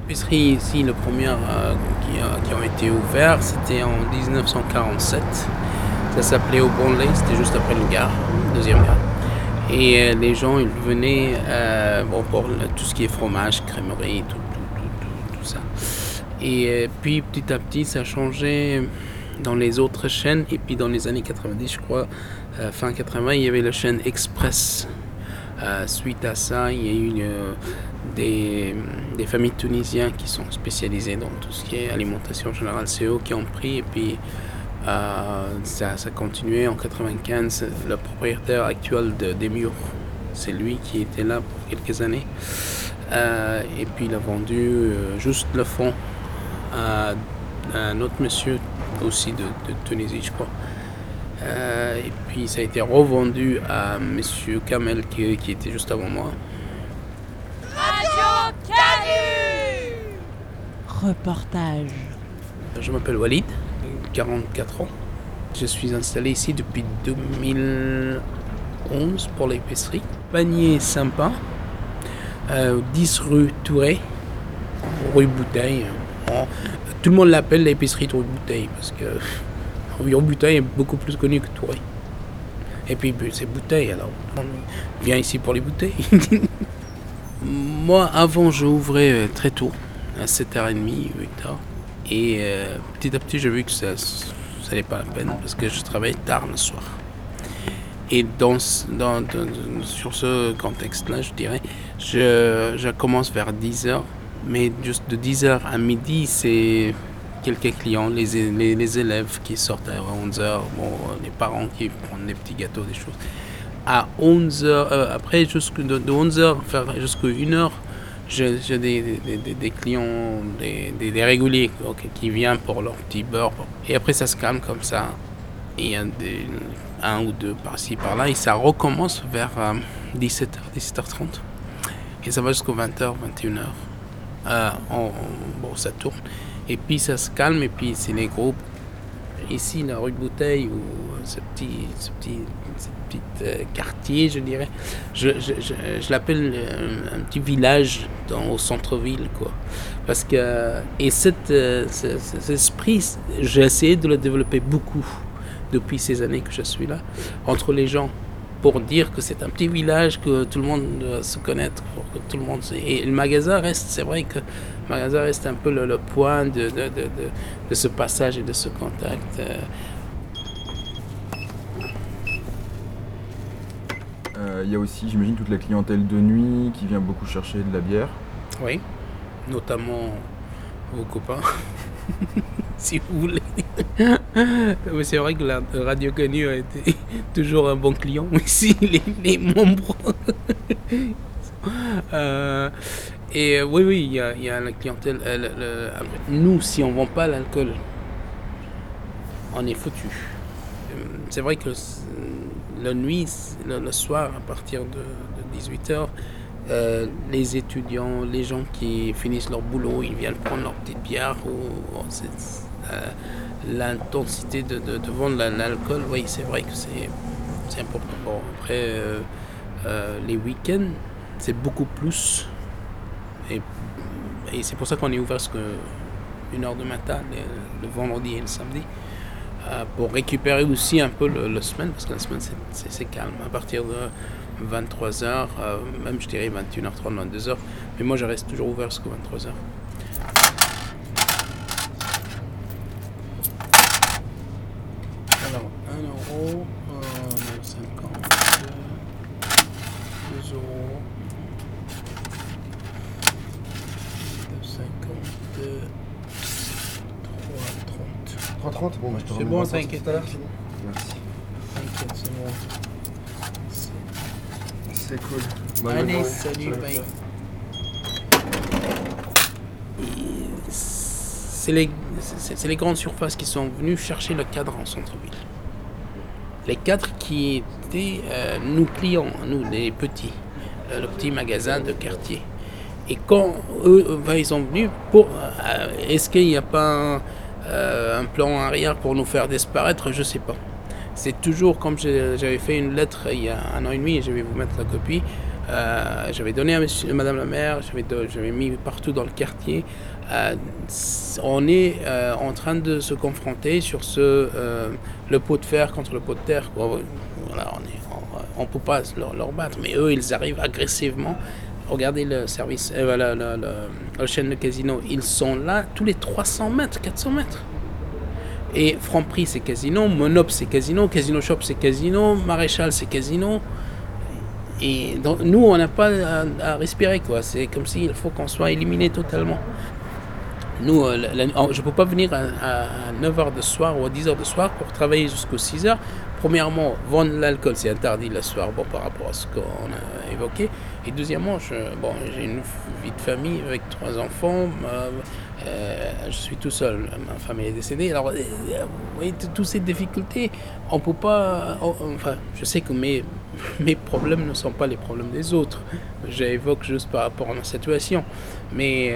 L'épicerie ici, le premier qui ont été ouverts, c'était en 1947. Ça s'appelait Au Bonlay, c'était juste après le gare, deuxième gare. Et les gens, ils venaient pour tout ce qui est fromage, crèmerie, tout ça. Et puis petit à petit, ça a changé dans les autres chaînes. Et puis dans les années 90, je crois, fin 80, il y avait la chaîne Express. Suite à ça, il y a eu des familles tunisiennes qui sont spécialisées dans tout ce qui est alimentation générale. C'est eux qui ont pris et puis ça a continué en 95. Le propriétaire actuel des murs, c'est lui qui était là pour quelques années. Et puis il a vendu juste le fond à un autre monsieur aussi de Tunisie, je crois. Et puis ça a été revendu à monsieur Kamel qui était juste avant moi. Radio Canu. Reportage. Je m'appelle Walid, 44 ans. Je suis installé ici depuis 2011 pour l'épicerie. Panier sympa, 10 rue Touré, rue Bouteille. Tout le monde l'appelle l'épicerie de rue Bouteille parce que rue Bouteille est beaucoup plus connu que Touré. Et puis c'est Bouteille, alors on vient ici pour les bouteilles. Moi, avant, j'ouvrais très tôt, à 7h30, 8h. Et petit à petit, j'ai vu que ça n'allait pas la peine parce que je travaillais tard le soir. Et sur ce contexte-là, je dirais, je commence vers 10h. Mais juste de 10h à midi, c'est quelques clients, les élèves qui sortent à 11h, les parents qui prennent des petits gâteaux, des choses. À 11h, après, de 11h jusqu'à 1h, j'ai des clients, des réguliers qui viennent pour leur petit beurre. Et après, ça se calme comme ça. Il y a un ou deux par-ci, par-là. Et ça recommence vers 17h, 17h30. Et ça va jusqu'aux 20h, 21h. Ça tourne. Et puis ça se calme. Et puis c'est les groupes. Ici, la rue de Bouteille, ou ce petit quartier, je dirais, je l'appelle un petit village au centre-ville, quoi. Parce que cet esprit, j'ai essayé de le développer beaucoup depuis ces années que je suis là, entre les gens, pour dire que c'est un petit village, que tout le monde doit se connaître, pour que tout le monde et le magasin reste, c'est vrai que le magasin reste un peu le point de ce passage et de ce contact. Il y a aussi, j'imagine, toute la clientèle de nuit qui vient beaucoup chercher de la bière. Oui, notamment vos copains, si vous voulez. Mais c'est vrai que la Radio Canu a été toujours un bon client ici, les membres. Et oui, il y a la clientèle. Nous, si on ne vend pas l'alcool, on est foutu. C'est vrai que la nuit, le soir, à partir de 18h, les étudiants, les gens qui finissent leur boulot, ils viennent prendre leur petite bière. L'intensité de vendre l'alcool, oui, c'est vrai que c'est important. Bon, après, les week-ends, c'est beaucoup plus. Et c'est pour ça qu'on est ouvert jusqu'à 1h du matin, le vendredi et le samedi. Pour récupérer aussi un peu la semaine, parce que la semaine c'est calme à partir de 23h, même je dirais 21h30, 22h, mais moi je reste toujours ouvert jusqu'à 23h. Alors 1€, 50, 2€, 2,50, 3,30. Bon, je te c'est bon, t'inquiète. tout à l'heure, c'est bon. Merci. T'inquiète, c'est bon. C'est cool. Allez, salut, bye. C'est les grandes surfaces qui sont venues chercher le cadre en centre-ville. Les cadres qui étaient nous clients, nous les petits, le petit magasin de quartier. Et quand eux, ils sont venus pour... est-ce qu'il n'y a pas un plan arrière pour nous faire disparaître? Je ne sais pas. c'est toujours comme j'avais fait une lettre il y a 1 an et demi, et je vais vous mettre la copie. J'avais donné à Madame la maire, j'avais mis partout dans le quartier. On est en train de se confronter sur le pot de fer contre le pot de terre, quoi. Voilà, on peut pas leur battre, mais eux, ils arrivent agressivement. Regardez le service, la chaîne de casino, ils sont là tous les 300 mètres, 400 mètres. Et Franprix, c'est casino, Monop, c'est casino, Casino Shop, c'est casino, Maréchal, c'est casino. Et donc, nous, on n'a pas à respirer, quoi. C'est comme s'il faut qu'on soit éliminé totalement. Nous, je ne peux pas venir à 9h du soir ou à 10h du soir pour travailler jusqu'aux 6h. Premièrement, vendre l'alcool, c'est interdit le soir, par rapport à ce qu'on a évoqué. Et deuxièmement, j'ai une vie de famille avec 3 enfants. Je suis tout seul, ma femme est décédée. Alors, vous voyez, toutes ces difficultés, on peut pas. Enfin, je sais que mes problèmes ne sont pas les problèmes des autres. J'évoque juste par rapport à ma situation. Mais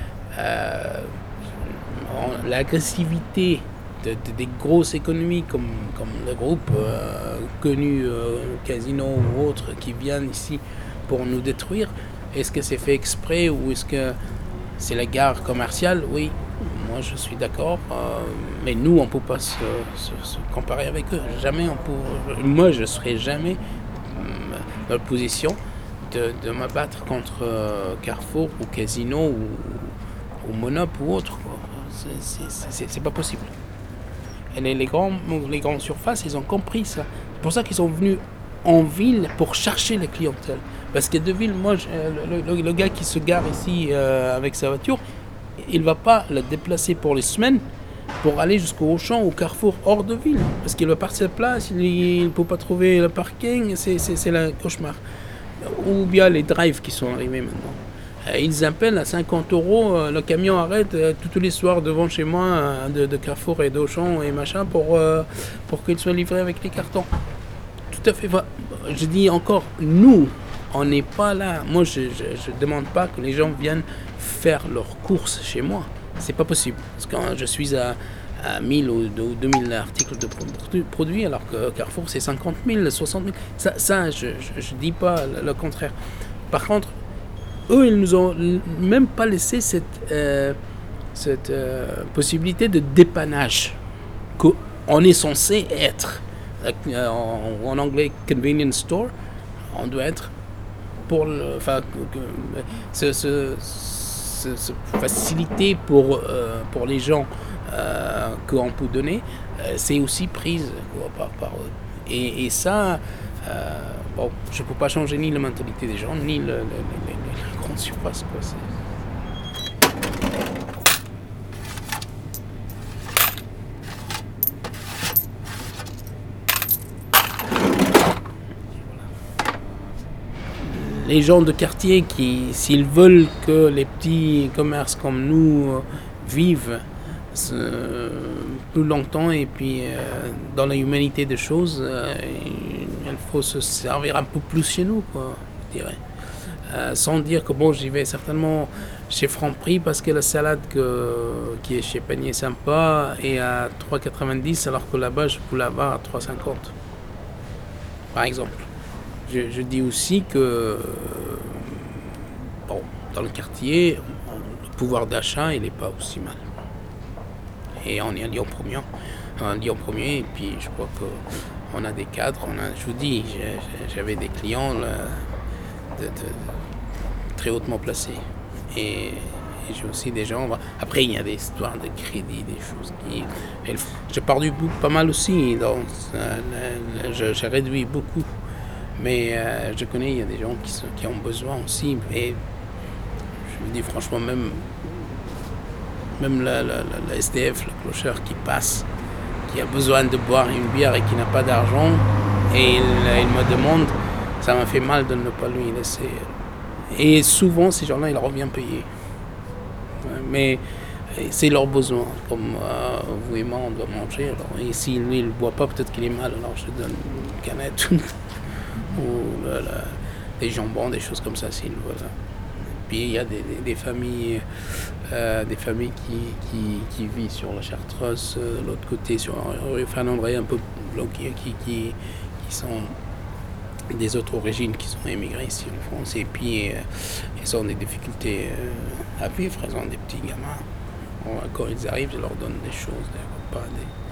l'agressivité des grosses économies comme le groupe connu, Casino ou autres, qui viennent ici pour nous détruire, est-ce que c'est fait exprès ou est-ce que c'est la gare commerciale? Oui, moi je suis d'accord, mais nous on ne peut pas se comparer avec eux. Jamais moi je ne serai jamais dans la position de me battre contre Carrefour ou Casino ou Monop ou autre, quoi. C'est pas possible. Et les grandes surfaces, ils ont compris ça. C'est pour ça qu'ils sont venus en ville pour chercher la clientèle. Parce que de ville, moi, le gars qui se gare ici avec sa voiture, il ne va pas la déplacer pour les semaines pour aller jusqu'au Auchan ou Carrefour hors de ville. Parce qu'il va partir de place, il ne peut pas trouver le parking, c'est le cauchemar. Ou bien les drives qui sont arrivés maintenant. Ils appellent à 50 €, le camion arrête tous les soirs devant chez moi de Carrefour et d'Auchan et machin pour qu'il soit livré avec les cartons. Tout à fait. Je dis encore, nous, on n'est pas là. Moi, je ne demande pas que les gens viennent faire leurs courses chez moi. C'est pas possible. Parce que je suis à 1000 ou 2000 articles de produits, alors que Carrefour, c'est 50 000, 60 000. Ça je ne dis pas le contraire. Par contre, eux, ils nous ont même pas laissé cette possibilité de dépannage qu'on est censé être. En anglais, convenience store, on doit être pour faciliter pour les gens qu'on peut donner, c'est aussi prise, quoi, par eux. Et ça, je ne peux pas changer ni la mentalité des gens, ni les grandes surfaces, quoi. Les gens de quartier qui, s'ils veulent que les petits commerces comme nous vivent plus longtemps et puis dans la humanité des choses, il faut se servir un peu plus chez nous, quoi, je dirais. Sans dire que j'y vais certainement chez Franprix parce que la salade qui est chez Panier Sympa est à 3,90 alors que là-bas je peux l'avoir à 3,50 par exemple. Je dis aussi que dans le quartier, le pouvoir d'achat, il n'est pas aussi mal. Et on est à Lyon premier, et puis je crois qu'on a des cadres. Je vous dis, j'avais des clients là, de très hautement placés. Et j'ai aussi des gens. Après, il y a des histoires de crédit, des choses qui. Je pars du bout pas mal aussi, donc j'ai réduit beaucoup. Mais je connais, il y a des gens qui ont besoin aussi. Et je vous dis franchement, même la SDF, le clochard qui passe, qui a besoin de boire une bière et qui n'a pas d'argent, et il me demande, ça m'a fait mal de ne pas lui laisser. Et souvent, ces gens-là, ils reviennent payer. Mais c'est leur besoin. Comme vous et moi, on doit manger. Alors, et si lui, il ne boit pas, peut-être qu'il est mal. Alors je donne une canette ou des jambons, des choses comme ça, s'il veut. Puis il y a des familles qui vivent sur la Chartreuse, de l'autre côté, sur la rue Fernand-André, un peu anglo qui sont des autres origines qui sont émigrés ici en France et puis ils ont des difficultés à vivre, ils ont des petits gamins. Bon, quand ils arrivent, je leur donne des choses, des repas,